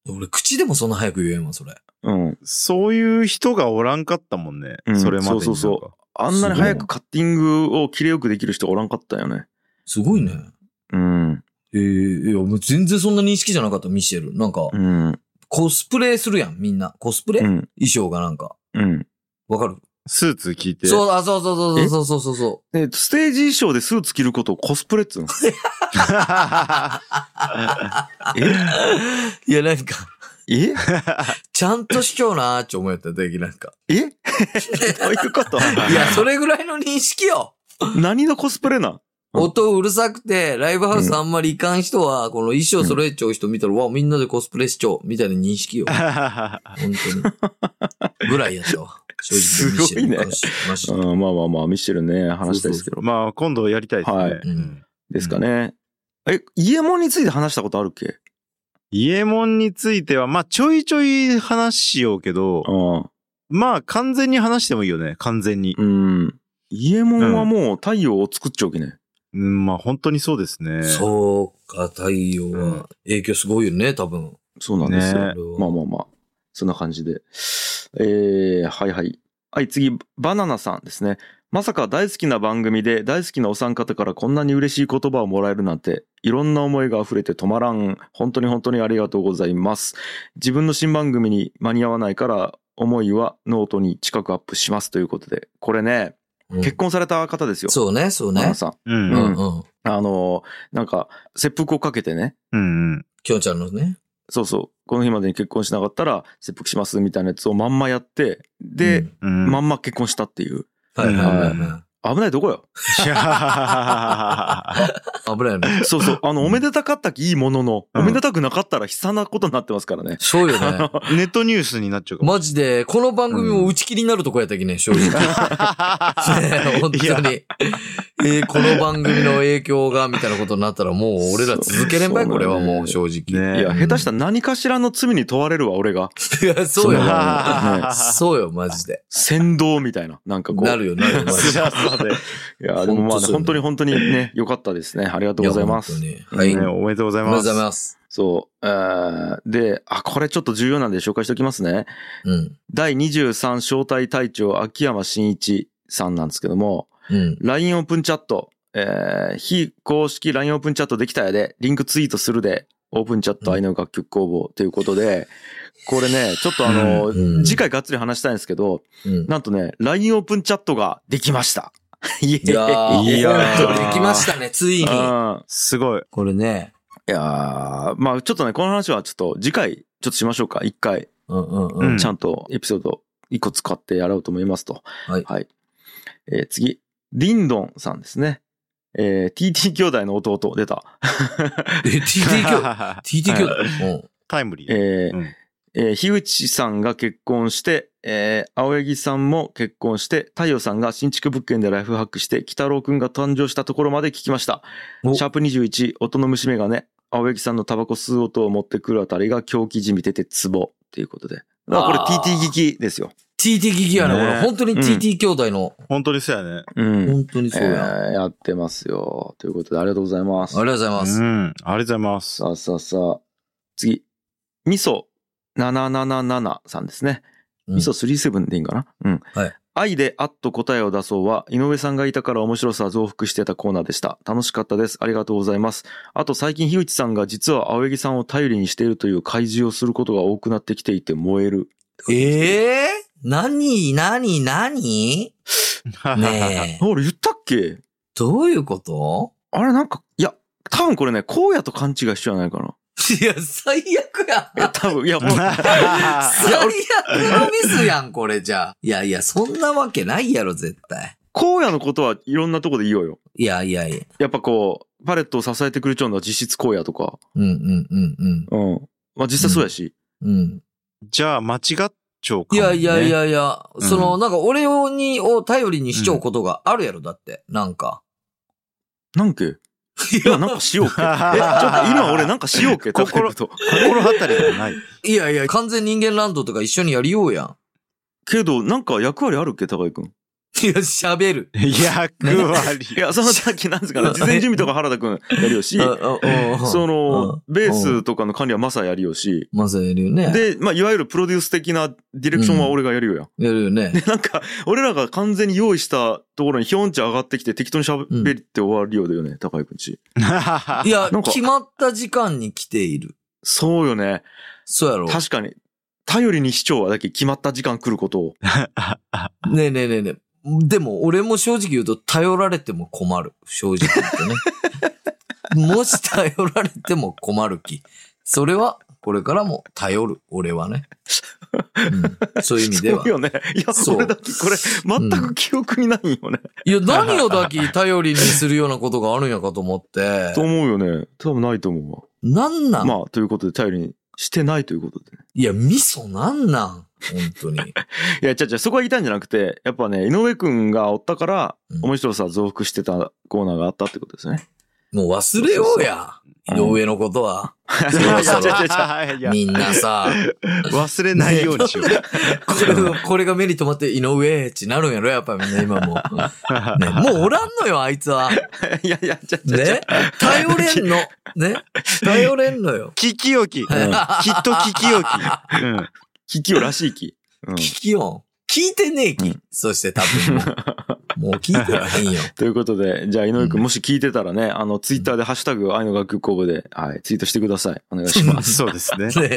[SPEAKER 3] 俺、口でもそんな早く言えんわ、それ。
[SPEAKER 1] うん。
[SPEAKER 2] そういう人がおらんかったもんね。うん、それまでに。
[SPEAKER 1] そうそうそう。あんなに早くカッティングを切れよくできる人がおらんかったよね。
[SPEAKER 3] すごいね。
[SPEAKER 1] うん。
[SPEAKER 3] ええー、いや、もう全然そんな認識じゃなかった、ミシェル。なんか、うん、コスプレするやん、みんな。コスプレ、うん、衣装がなんか。
[SPEAKER 1] うん。
[SPEAKER 3] わかる？
[SPEAKER 2] スーツ着て。
[SPEAKER 3] そう、あ、そうそうそうそうそうそうそう。
[SPEAKER 1] え、ステージ衣装でスーツ着ることをコスプレっつうの？
[SPEAKER 3] えいや、なんか。
[SPEAKER 1] え
[SPEAKER 3] ちゃんとしようなーって思えた時なんか。
[SPEAKER 1] えどういうこと？
[SPEAKER 3] いや、それぐらいの認識よ。
[SPEAKER 1] 何のコスプレなん？
[SPEAKER 3] 音うるさくて、ライブハウスあんまり行かん人は、この衣装揃えちゃう人見たら、うん、わ、みんなでコスプレしちゃう、みたいな認識よ。本当に。ぐらいやったわ。正直
[SPEAKER 1] すごいね。うん、まあまあまあ、ミシェルね、話したいですけど。
[SPEAKER 2] そうそうそうまあ、今度やりたいですね。はい。
[SPEAKER 1] うん、ですかね。え、イエモンについて話したことあるっけ？
[SPEAKER 2] イエモンについては、まあ、ちょいちょい話しようけど、うん、まあ、完全に話してもいいよね、完全に。
[SPEAKER 1] うん。イエモンはもう太陽を作っちゃうわけね。
[SPEAKER 2] うん、まあ本当にそうですね。
[SPEAKER 3] そうか、太陽は影響すごいよね、多分。
[SPEAKER 1] そうなんですよ。ね、まあまあまあ、そんな感じで。えー、はいはい。はい、次、バナナさんですね。まさか大好きな番組で大好きなお三方からこんなに嬉しい言葉をもらえるなんて、いろんな思いが溢れて止まらん。本当に本当にありがとうございます。自分の新番組に間に合わないから思いはノートに近くアップしますということで、これね、うん、結婚された方ですよ。
[SPEAKER 3] そうね、そうね。
[SPEAKER 1] バナナさん。
[SPEAKER 3] うんうんうん。
[SPEAKER 1] あの、なんか、切腹をかけてね。
[SPEAKER 2] うんうん。
[SPEAKER 3] きょんちゃんのね。
[SPEAKER 1] そうそう。この日までに結婚しなかったら切腹しますみたいなやつをまんまやって、で、うん、まんま結婚したっていう。
[SPEAKER 3] はいはいはいはい。
[SPEAKER 1] 危ないとこよ。
[SPEAKER 3] 危ないね。
[SPEAKER 1] そうそう。あの、おめでたかったきいいものの、うん、おめでたくなかったら悲惨なことになってますからね。
[SPEAKER 3] そうよね。
[SPEAKER 2] ネットニュースになっちゃうかも。
[SPEAKER 3] マジで、この番組も打ち切りになるとこやったきね、正直。本当に。えー、この番組の影響が、みたいなことになったらもう俺ら続けれんばい、これはもう正直。
[SPEAKER 1] ね、いや、下手したら何かしらの罪に問われるわ、俺が。
[SPEAKER 3] いや、そうよ。ね、そうよ、マジで。
[SPEAKER 1] 先導みたいな。なんかこう。
[SPEAKER 3] なるよ、なるよ、マジで。
[SPEAKER 1] いや、でもまあね、本当に本当にね、良かったですね。ありがとうございます。
[SPEAKER 3] はい、
[SPEAKER 2] ね。おめでとうございます。
[SPEAKER 3] おめでとうございます。
[SPEAKER 1] そう。えー、で、あ、これちょっと重要なんで紹介しておきますね。
[SPEAKER 3] うん。
[SPEAKER 1] だいにじゅうさん招待隊長、秋山真一さんなんですけども、
[SPEAKER 3] うん。
[SPEAKER 1] ライン オープンチャット、えー、非公式 ライン オープンチャットできたやで、リンクツイートするで、オープンチャット愛の楽曲工房ということで、これね、ちょっとあの、うん、次回がっつり話したいんですけど、うん、なんとね、ライン オープンチャットができました。
[SPEAKER 3] いやー、いやーできましたね、ついに。
[SPEAKER 2] すごい。
[SPEAKER 3] これね。
[SPEAKER 1] いやー、まあちょっとね、この話はちょっと次回、ちょっとしましょうか、一回。
[SPEAKER 3] うんうんうん。
[SPEAKER 1] ちゃんとエピソード一個使ってやろうと思いますと。
[SPEAKER 3] はい。
[SPEAKER 1] はい。えー、次、リンドンさんですね。えー、ティーティー 兄弟の弟、出た。
[SPEAKER 3] え、ティーティー 兄弟 ティーティー 兄弟、はい、
[SPEAKER 2] タイムリー。
[SPEAKER 1] えー、
[SPEAKER 2] うん
[SPEAKER 1] えー、樋口さんが結婚して、えー、青柳さんも結婚して、太陽さんが新築物件でライフハックして、北郎くんが誕生したところまで聞きました。シャープにじゅういち、音の虫眼鏡、青柳さんのタバコ吸う音を持ってくるあたりが狂気じみててツボっていうことで。あ、これ ティーティー 聞きですよ。
[SPEAKER 3] ティーティー 聞きやね、これ。本当に ティーティー 兄弟の。
[SPEAKER 2] うん、本当にそうやね。
[SPEAKER 1] うん。
[SPEAKER 3] 本当にそうや。
[SPEAKER 1] えー、やってますよ。ということで、ありがとうございます。
[SPEAKER 3] ありがとうございます。
[SPEAKER 2] うん。ありがとうございます。
[SPEAKER 1] さあさあさあ。次。味噌ななななななさんですね。味噌さんじゅうななでいいんかな、うん、
[SPEAKER 3] はい。
[SPEAKER 1] 愛であっと答えを出そうは、井上さんがいたから面白さ増幅してたコーナーでした。楽しかったです。ありがとうございます。あと最近樋口さんが実は青柳さんを頼りにしているという開示をすることが多くなってきていて燃える。
[SPEAKER 3] ええー、何何何ねえ。
[SPEAKER 1] 俺言ったっけ？
[SPEAKER 3] どういうこと？
[SPEAKER 1] あれなんか、いや、多分これね、荒野と勘違いしちゃわないかな。
[SPEAKER 3] いや、最悪や。
[SPEAKER 1] いや、多分、いや、もう。
[SPEAKER 3] 最悪のミスやん、これじゃあ。いやいや、そんなわけないやろ、絶対。
[SPEAKER 1] 荒野のことはいろんなとこで言おうよ。
[SPEAKER 3] いやいやいや。
[SPEAKER 1] やっぱこう、パレットを支えてくれちゃうのは実質荒野とか。
[SPEAKER 3] うんうんうんうん。
[SPEAKER 1] うん。まあ実際そうやし。
[SPEAKER 3] うん。うん、
[SPEAKER 2] じゃあ、間違っちゃうかも、ね。
[SPEAKER 3] いやいやいやいや、うん、その、なんか俺に、を頼りにしちゃうことがあるやろ、だって。なんか。
[SPEAKER 1] なんけいや、なんかしようけ。え、ちょっと今俺なんかしようけ。
[SPEAKER 2] 心、心当たりがない。
[SPEAKER 3] いやいや、完全人間ランドとか一緒にやりようやん。
[SPEAKER 1] けど、なんか役割あるっけ、高井くん。
[SPEAKER 3] いや、喋る。
[SPEAKER 2] 役割。
[SPEAKER 1] いや、そのさっきなんですかね、事前準備とか原田くんやるよし、その、ベースとかの管理はマサやるよし、
[SPEAKER 3] マサやるよね。
[SPEAKER 1] で、まあ、いわゆるプロデュース的なディレクションは俺がやるよや。
[SPEAKER 3] やるよね。
[SPEAKER 1] で、なんか、俺らが完全に用意したところにヒョンチ上がってきて適当に喋って終わるようだよね、高井くんち。
[SPEAKER 3] いや、決まった時間に来ている。
[SPEAKER 1] そうよね。
[SPEAKER 3] そうやろ。
[SPEAKER 1] 確かに。頼りに市長はだけ決まった時間来ることを。
[SPEAKER 3] ねえねえねえねえ。でも、俺も正直言うと頼られても困る。正直言ってね。もし頼られても困る気。それは、これからも頼る。俺はね。うん、そういう意味では。
[SPEAKER 1] そうよね。いや、それだけ、これ、全く記憶にないよね。
[SPEAKER 3] うん、いや、何をだけ頼りにするようなことがあるんやかと思って。
[SPEAKER 1] と思うよね。多分ないと思うわ。
[SPEAKER 3] なんなん
[SPEAKER 1] まあ、ということで頼りにしてないということでね。
[SPEAKER 3] いや、味噌なんなん本当に。い
[SPEAKER 1] や、ちゃちゃ、そこは言いたいんじゃなくて、やっぱね、井上くんがおったから、うん、面白さ増幅してたコーナーがあったってことですね。
[SPEAKER 3] もう忘れようや。井上のことは。みんなさ。
[SPEAKER 2] 忘れないようにしよう。
[SPEAKER 3] これ、これが目に留まって井上ってなるんやろやっぱみんな今も。ね、もうおらんのよ、あいつは。
[SPEAKER 1] いやいや、ちゃちゃ
[SPEAKER 3] ね。頼れんの。ね。頼れんのよ。
[SPEAKER 2] 聞き置き。うん、きっと聞き置き。うん。
[SPEAKER 1] 聞きよらしいき。
[SPEAKER 3] うん、聞きよ。聞いてねえき。うん、そして多分もう。もう聞いてらへんよ。
[SPEAKER 1] ということで、じゃあ井上くん、もし聞いてたらね、あの、ツイッターでハッシュタグ愛の楽曲工房で、はい、ツイートしてください。お願いします。
[SPEAKER 2] そうですね。
[SPEAKER 1] うん、い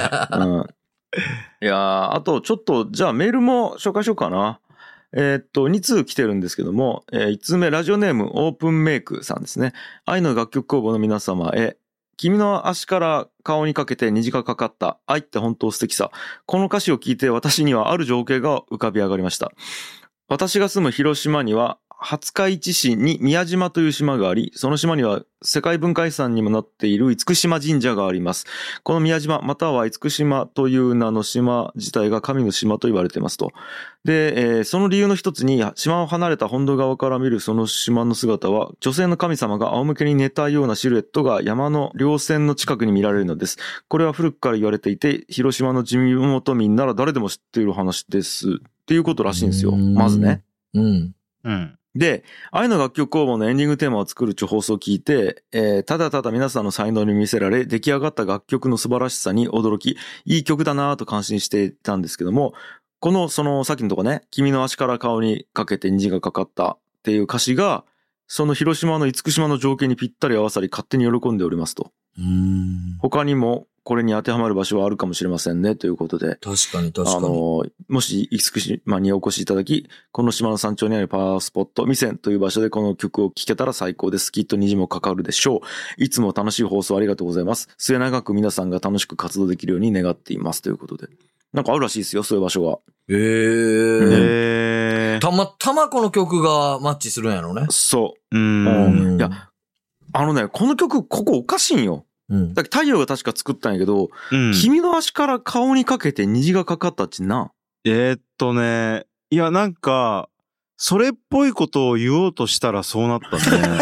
[SPEAKER 1] やー、あとちょっと、じゃあメールも紹介しようかな。えー、っと、に通来てるんですけども、えー、いち通目、ラジオネームオープンメイクさんですね。愛の楽曲工房の皆様へ、君の足から顔にかけて虹がかかった愛って本当素敵さ。この歌詞を聞いて私にはある情景が浮かび上がりました。私が住む広島には廿日市市に宮島という島があり、その島には世界文化遺産にもなっている厳島神社があります。この宮島または厳島という名の島自体が神の島と言われていますと。で、えー、その理由の一つに島を離れた本土側から見るその島の姿は女性の神様が仰向けに寝たようなシルエットが山の稜線の近くに見られるのです。これは古くから言われていて、広島の地元民なら誰でも知っている話です。っていうことらしいんですよ。まずね。
[SPEAKER 3] うん。
[SPEAKER 2] うん。
[SPEAKER 1] で、愛の楽曲工房のエンディングテーマを作るという放送を聞いて、えー、ただただ皆さんの才能に見せられ、出来上がった楽曲の素晴らしさに驚き、いい曲だなぁと感心していたんですけども、この、その、さっきのとこね、君の足から顔にかけて虹がかかったっていう歌詞が、その広島の厳島の条件にぴったり合わさり、勝手に喜んでおりますと。
[SPEAKER 3] うーん。
[SPEAKER 1] 他にも、これに当てはまる場所はあるかもしれませんね、ということで。
[SPEAKER 3] 確かに確かに。
[SPEAKER 1] あの、もし、厳島にお越しいただき、この島の山頂にあるパワースポット、ミセンという場所でこの曲を聴けたら最高です。きっと虹もかかるでしょう。いつも楽しい放送ありがとうございます。末永く皆さんが楽しく活動できるように願っています。ということで。なんかあるらしいですよ、そういう場所が。
[SPEAKER 3] へー。へー。たまたまこの曲がマッチするんやろね。
[SPEAKER 1] そう。
[SPEAKER 2] う
[SPEAKER 1] ん。いや、あのね、この曲、ここおかしいんよ。
[SPEAKER 3] うん、
[SPEAKER 1] だ太陽が確か作ったんやけど、
[SPEAKER 2] うん、
[SPEAKER 1] 君の足から顔にかけて虹がかかったっちな。
[SPEAKER 2] えー、っとね、いやなんか、それっぽいことを言おうとしたらそうなったね。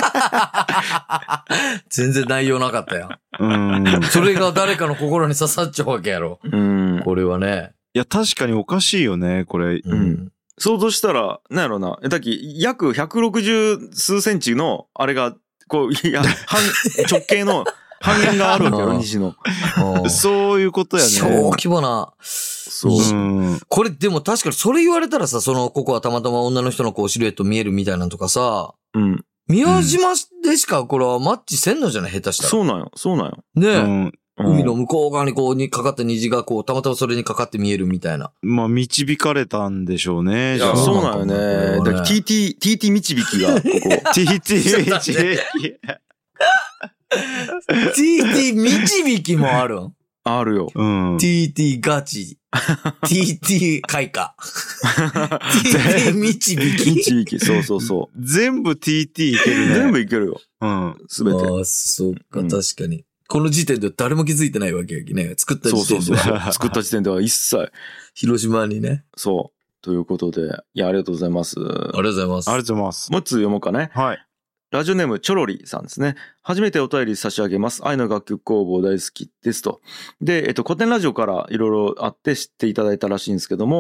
[SPEAKER 3] 全然内容なかったよ。
[SPEAKER 2] うん。
[SPEAKER 3] それが誰かの心に刺さっちゃうわけやろ。
[SPEAKER 1] うん。
[SPEAKER 3] これはね。
[SPEAKER 2] いや確かにおかしいよね、これ。
[SPEAKER 1] うん。想像したら、なんやろな。だっけ、約ひゃくろくじゅう数センチの、あれが、こう、いや、半、直径の、半円があるわけよ、虹の。
[SPEAKER 2] そういうことやね。
[SPEAKER 3] 小規模な。
[SPEAKER 1] そう。
[SPEAKER 2] うん、
[SPEAKER 3] これでも確かにそれ言われたらさ、その、ここはたまたま女の人のこうシルエット見えるみたいなのとかさ、
[SPEAKER 1] うん。
[SPEAKER 3] 宮島でしかこれはマッチせんのじゃない下手したら。
[SPEAKER 1] そうなんよ、そうなんよ。
[SPEAKER 3] ねえ。
[SPEAKER 2] うん
[SPEAKER 3] 海の向こう側にこうにかかった虹がこう、たまたまそれにかかって見えるみたいな。
[SPEAKER 2] まあ、導かれたんでしょうね。
[SPEAKER 1] いや、そうなんよね。だから ティーティー、ティーティー 導きが、ここ。
[SPEAKER 2] ティーティー 導き。
[SPEAKER 3] ティーティー 導きもあるん
[SPEAKER 1] あるよ。
[SPEAKER 2] うん。
[SPEAKER 3] ティーティー ガチ。ティーティー 開花。ティーティー 導き。
[SPEAKER 1] 導き、そうそうそう。
[SPEAKER 2] 全部 ティーティー いけるね。
[SPEAKER 1] 全部いけるよ。
[SPEAKER 2] うん。
[SPEAKER 1] すべて。
[SPEAKER 3] ああ、そうか、確かに。この時点で誰も気づいてないわけやきね。作った時点で。
[SPEAKER 1] そうそうそう。作った時点では一切。
[SPEAKER 3] 広島にね。
[SPEAKER 1] そう。ということで、いや、ありがとうございます。あり
[SPEAKER 3] がとうございます。
[SPEAKER 2] ありがとうございます。
[SPEAKER 1] もう一つ読もうかね。
[SPEAKER 2] はい。
[SPEAKER 1] ラジオネーム、チョロリさんですね。初めてお便り差し上げます。愛の楽曲工房大好きですと。で、えっと、古典ラジオからいろいろあって知っていただいたらしいんですけども、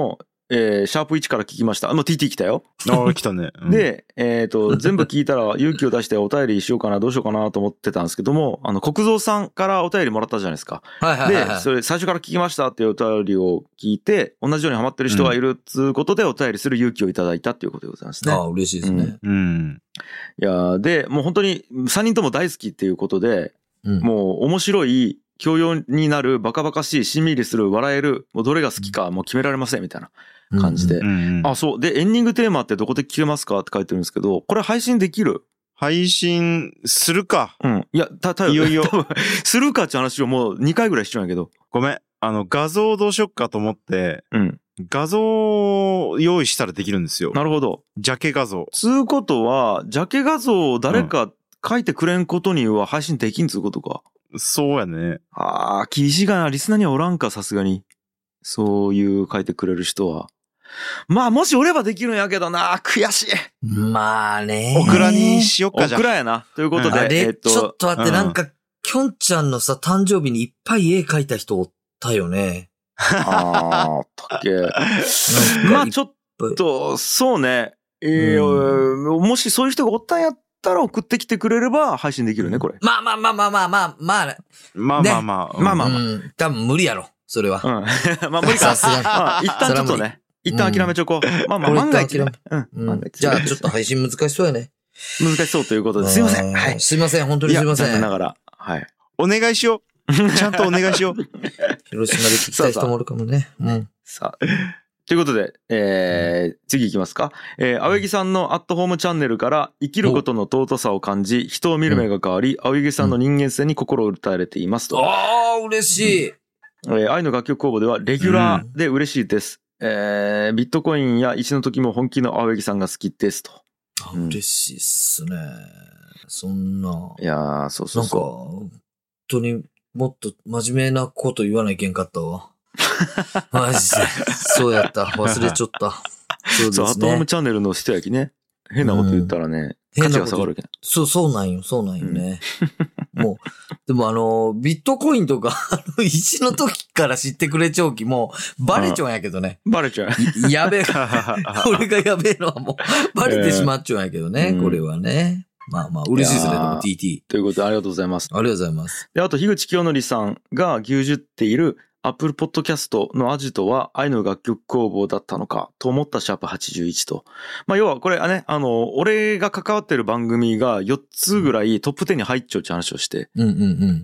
[SPEAKER 1] えー、シャープいちから聞きました。もう ティーティー 来たよ。
[SPEAKER 2] ああ、来たね。
[SPEAKER 1] うん、で、えっ、ー、と、全部聞いたら勇気を出してお便りしようかな、どうしようかなと思ってたんですけども、あの、国蔵さんからお便りもらったじゃないですか。
[SPEAKER 3] はいはいはい、はい。
[SPEAKER 1] で、それ最初から聞きましたっていうお便りを聞いて、同じようにハマってる人がいるっつうことでお便りする勇気をいただいたっていうことでございますね。
[SPEAKER 3] ああ、嬉しいですね。
[SPEAKER 2] うん。うん、
[SPEAKER 1] いやで、もう本当にさんにんとも大好きっていうことで、うん、もう面白い、教養になる、バカバカしい、しんみりする、笑える、もうどれが好きかもう決められませんみたいな感じで。うんうんうん、あ、そう。で、エンディングテーマってどこで聞けますかって書いてるんですけど、これ配信できる？
[SPEAKER 2] 配信するか。
[SPEAKER 1] うん。いや、た、た、
[SPEAKER 2] いよいよ。
[SPEAKER 1] するかって話をもうにかいぐらいしちゃうんやけど。
[SPEAKER 2] ごめん。あの、画像どうしよっかと思って、うん。画像を用意したらできるんですよ。
[SPEAKER 1] なるほど。
[SPEAKER 2] ジャケ画像。
[SPEAKER 1] つうことは、ジャケ画像を誰か書いてくれんことには配信できんつうことか。
[SPEAKER 2] そうやね。
[SPEAKER 1] ああ、厳しいかな。リスナーにはおらんか、さすがに。そういう書いてくれる人は。まあ、もしおればできるんやけどな。悔しい。
[SPEAKER 3] まあね。
[SPEAKER 2] オクラにしよっかじゃ。
[SPEAKER 1] オクラやな。ということで。
[SPEAKER 3] あれ、えっと、ちょっと待って、なんか、きょんちゃんのさ、誕生日にいっぱい絵描いた人おったよね。
[SPEAKER 1] ああ、たっけ。まあ、ちょっと、そうね。えーうん、もしそういう人がおったんやったら送ってきてくれれば配信できるね、これ。
[SPEAKER 3] まあまあまあまあまあまあ、まあ、
[SPEAKER 2] まあまあまあ。
[SPEAKER 1] まあまあまあ。
[SPEAKER 3] 多分無理やろ、それは。
[SPEAKER 1] うん。まあ無理か。さすがに。まあ、一旦ちょっとね。一旦諦めちょこう。まあまあ、万が一。うん。
[SPEAKER 3] じゃあ、ちょっと配信難しそうやね。
[SPEAKER 1] 難しそうということで。すいません。はい。
[SPEAKER 3] すいません、本当にすいません。
[SPEAKER 1] 残念ながら。はい。
[SPEAKER 2] お願いしよう。ちゃんとお願いしよう。
[SPEAKER 3] 広島で聞きたい人もおるかもね。うん。
[SPEAKER 1] さあ。ということで、えー、次行きますか。えー、青柳さんのアットホームチャンネルから生きることの尊さを感じ、人を見る目が変わり、青柳さんの人間性に心を打たれていますと。
[SPEAKER 3] ああ、嬉しい。
[SPEAKER 1] えー、愛の楽曲公募ではレギュラーで嬉しいです。えー、ビットコインや石の時も本気の青柳さんが好きですと。
[SPEAKER 3] あ、嬉しいっすね。そんな。
[SPEAKER 1] いやー、そうそうそう。
[SPEAKER 3] なんか、本当にもっと真面目なこと言わないけんかったわ。マジで。そうやった。忘れちゃった。
[SPEAKER 1] そうですね。そう、アットホームチャンネルの人やきね。変なこと言ったらね、うん、価値が下がるけん。
[SPEAKER 3] そう、そうなんよ。そうなんよね。うん、もう、でもあの、ビットコインとか、あの、石の時から知ってくれちゃうき、もう、バレちゃうんやけどね。
[SPEAKER 1] バレちゃ
[SPEAKER 3] う。やべえ。俺がやべえのはもう、バレてしまっちゃうんやけどね。えー、これはね。まあまあ、嬉しいですね、でも ティーティー。
[SPEAKER 1] ということで、ありがとうございます。
[SPEAKER 3] ありがとうございます。
[SPEAKER 1] で、あと、樋口清則さんが牛耳っている、Apple Podcast のアジトは愛の楽曲工房だったのかと思ったシャープはちじゅういちと。まあ要はこれはね、あの、俺が関わってる番組がよっつぐらいトップじゅうに入っちゃうって話をして。
[SPEAKER 3] うんうんうん。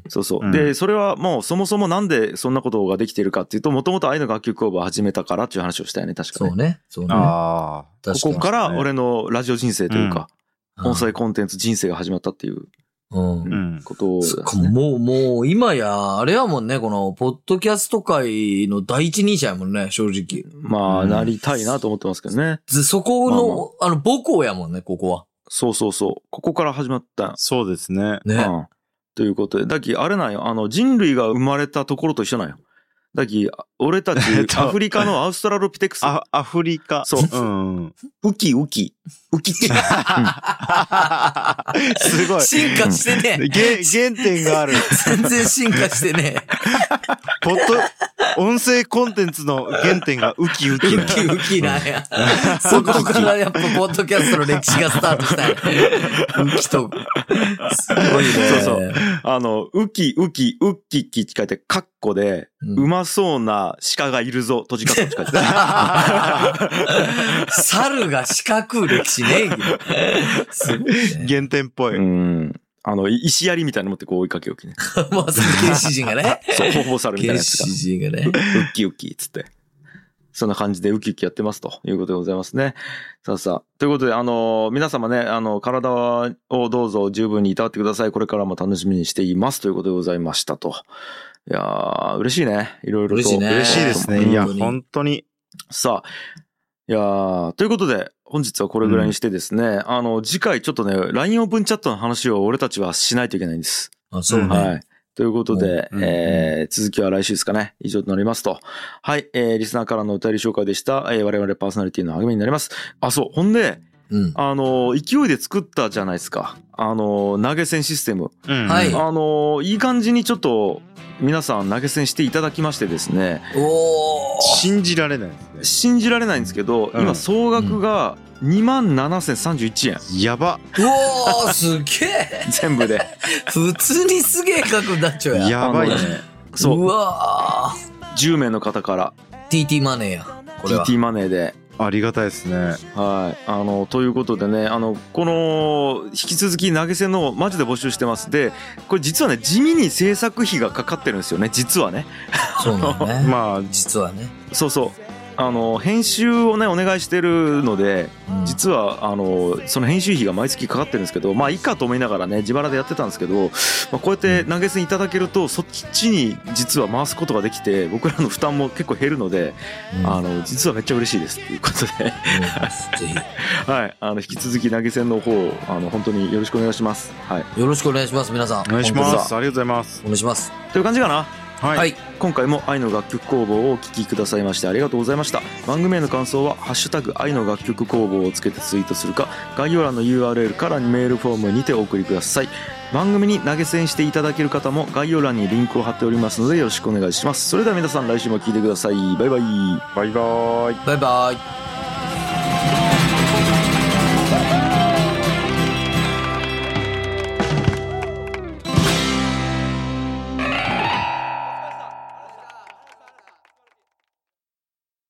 [SPEAKER 1] そうそう。
[SPEAKER 2] うん、
[SPEAKER 1] で、それはもうそもそもなんでそんなことができているかっていうと、もともと愛の楽曲工房を始めたからっていう話をしたよね、確かに。
[SPEAKER 3] そうね。そうね。
[SPEAKER 2] あ
[SPEAKER 1] あ。ここから俺のラジオ人生というか、うん、音声コンテンツ人生が始まったっていう。
[SPEAKER 3] うん。
[SPEAKER 1] ことです
[SPEAKER 3] ね。もう、もう、今や、あれやもんね、この、ポッドキャスト界の第一人者やもんね、正直。
[SPEAKER 1] まあ、なりたいなと思ってますけどね。
[SPEAKER 3] そこの、まあまあ、あの、母校やもんね、ここは。
[SPEAKER 1] そうそうそう。ここから始まった。
[SPEAKER 2] そうですね。
[SPEAKER 3] ね。
[SPEAKER 1] うん。ということで、だき、あれなんよ、あの、人類が生まれたところと一緒なんよ。だき、俺たち、アフリカのアウストラロピテクス。
[SPEAKER 2] あ、アフリカ。
[SPEAKER 1] そう。うん。ウキウキ。ウキ。す
[SPEAKER 2] ごい。
[SPEAKER 3] 進化してね。
[SPEAKER 2] 原点がある。
[SPEAKER 3] 全然進化してね。
[SPEAKER 2] ポッド、音声コンテンツの原点がウキウキ。
[SPEAKER 3] ウキウキなんや。そこからやっぱポッドキャストの歴史がスタートしたんや。ウキと。すごいね。
[SPEAKER 1] そうそう。あの、ウキウキ、ウッキッキって書いて、カッコで、うまそうな鹿がいるぞ、閉じカッコって書いて
[SPEAKER 3] ある。猿が鹿食う歴史ね。
[SPEAKER 2] すごいね。原点っぽい。
[SPEAKER 1] うん。あの、石槍みたいなの持ってこう追いかけおきね。
[SPEAKER 3] まあ、その原始人がね。
[SPEAKER 1] そう、ほぼ猿みたいなやつが。
[SPEAKER 3] 原始人がね。
[SPEAKER 1] ウッキウキっつって。そんな感じでウキウキやってますということでございますね。さあさあ。ということで、あのー、皆様ね、あの、体をどうぞ十分にいたわってください。これからも楽しみにしていますということでございましたと。いやー、嬉しいね。いろいろと。
[SPEAKER 3] 嬉しいね。
[SPEAKER 2] 嬉しいですね。いや、本当に。
[SPEAKER 1] さあ。いやー、ということで、本日はこれぐらいにしてですね、うん、あの、次回ちょっとね、ライン オープンチャットの話を俺たちはしないといけないんです。
[SPEAKER 3] あ、そうね。
[SPEAKER 1] はい。ということで、うん、えー、続きは来週ですかね。以上となりますと。はい、えー、リスナーからのお便り紹介でした。えー、我々パーソナリティの励みになります。あ、そう。ほんで、うん、あの、勢いで作ったじゃないですか。あの、投げ銭システム。
[SPEAKER 3] うん、はい。
[SPEAKER 1] あの、いい感じにちょっと、 皆さん投げ銭していただきましてですね、
[SPEAKER 3] おー
[SPEAKER 2] 信じられないですね。
[SPEAKER 1] 信じられないんですけど、
[SPEAKER 2] うん
[SPEAKER 1] 今総額がにまんななせんさんじゅういちえん、
[SPEAKER 2] やば。
[SPEAKER 3] うおーすげえ
[SPEAKER 1] 全部で
[SPEAKER 3] 普通にすげえ額になっちゃうやん。
[SPEAKER 2] やばいね。
[SPEAKER 1] そう
[SPEAKER 3] うわ
[SPEAKER 1] じゅうめいの方から
[SPEAKER 3] ー ティーティー マネーや。これは。
[SPEAKER 1] ティーティー マネーで、
[SPEAKER 2] ありがたいですね。
[SPEAKER 1] はい、あのということでね、あのこの引き続き投げ銭のマジで募集してます。でこれ実はね地味に制作費がかかってるんですよね、実はね。
[SPEAKER 3] そうなのね。
[SPEAKER 2] まあ、
[SPEAKER 3] 実はね。
[SPEAKER 1] そうそう、あの編集をねお願いしてるので、
[SPEAKER 3] うん
[SPEAKER 1] 実はあのその編集費が毎月かかってるんですけど、まあいいかと思いながらね自腹でやってたんですけど、まあ、こうやって投げ銭いただけるとそっちに実は回すことができて、僕らの負担も結構減るので、
[SPEAKER 3] うん
[SPEAKER 1] あの実はめっちゃ嬉しいですということで
[SPEAKER 3] うんぜひ
[SPEAKER 1] はい、あの引き続き投げ銭の方あの本当によろしくお願いします。はい、
[SPEAKER 3] よろしくお願いします皆さん。
[SPEAKER 2] お願いし
[SPEAKER 3] 本当に
[SPEAKER 2] ます。ありがとうございます。
[SPEAKER 3] お願いします。
[SPEAKER 1] という感じかな。
[SPEAKER 2] はい。
[SPEAKER 3] はい。
[SPEAKER 1] 今回も愛の楽曲工房をお聴きくださいましてありがとうございました。番組への感想はハッシュタグ愛の楽曲工房をつけてツイートするか、概要欄の ユーアールエル からメールフォームにてお送りください。番組に投げ銭していただける方も概要欄にリンクを貼っておりますのでよろしくお願いします。それでは皆さん来週も聴いてください。バイバイ。
[SPEAKER 2] バイバーイ。
[SPEAKER 3] バイバイ。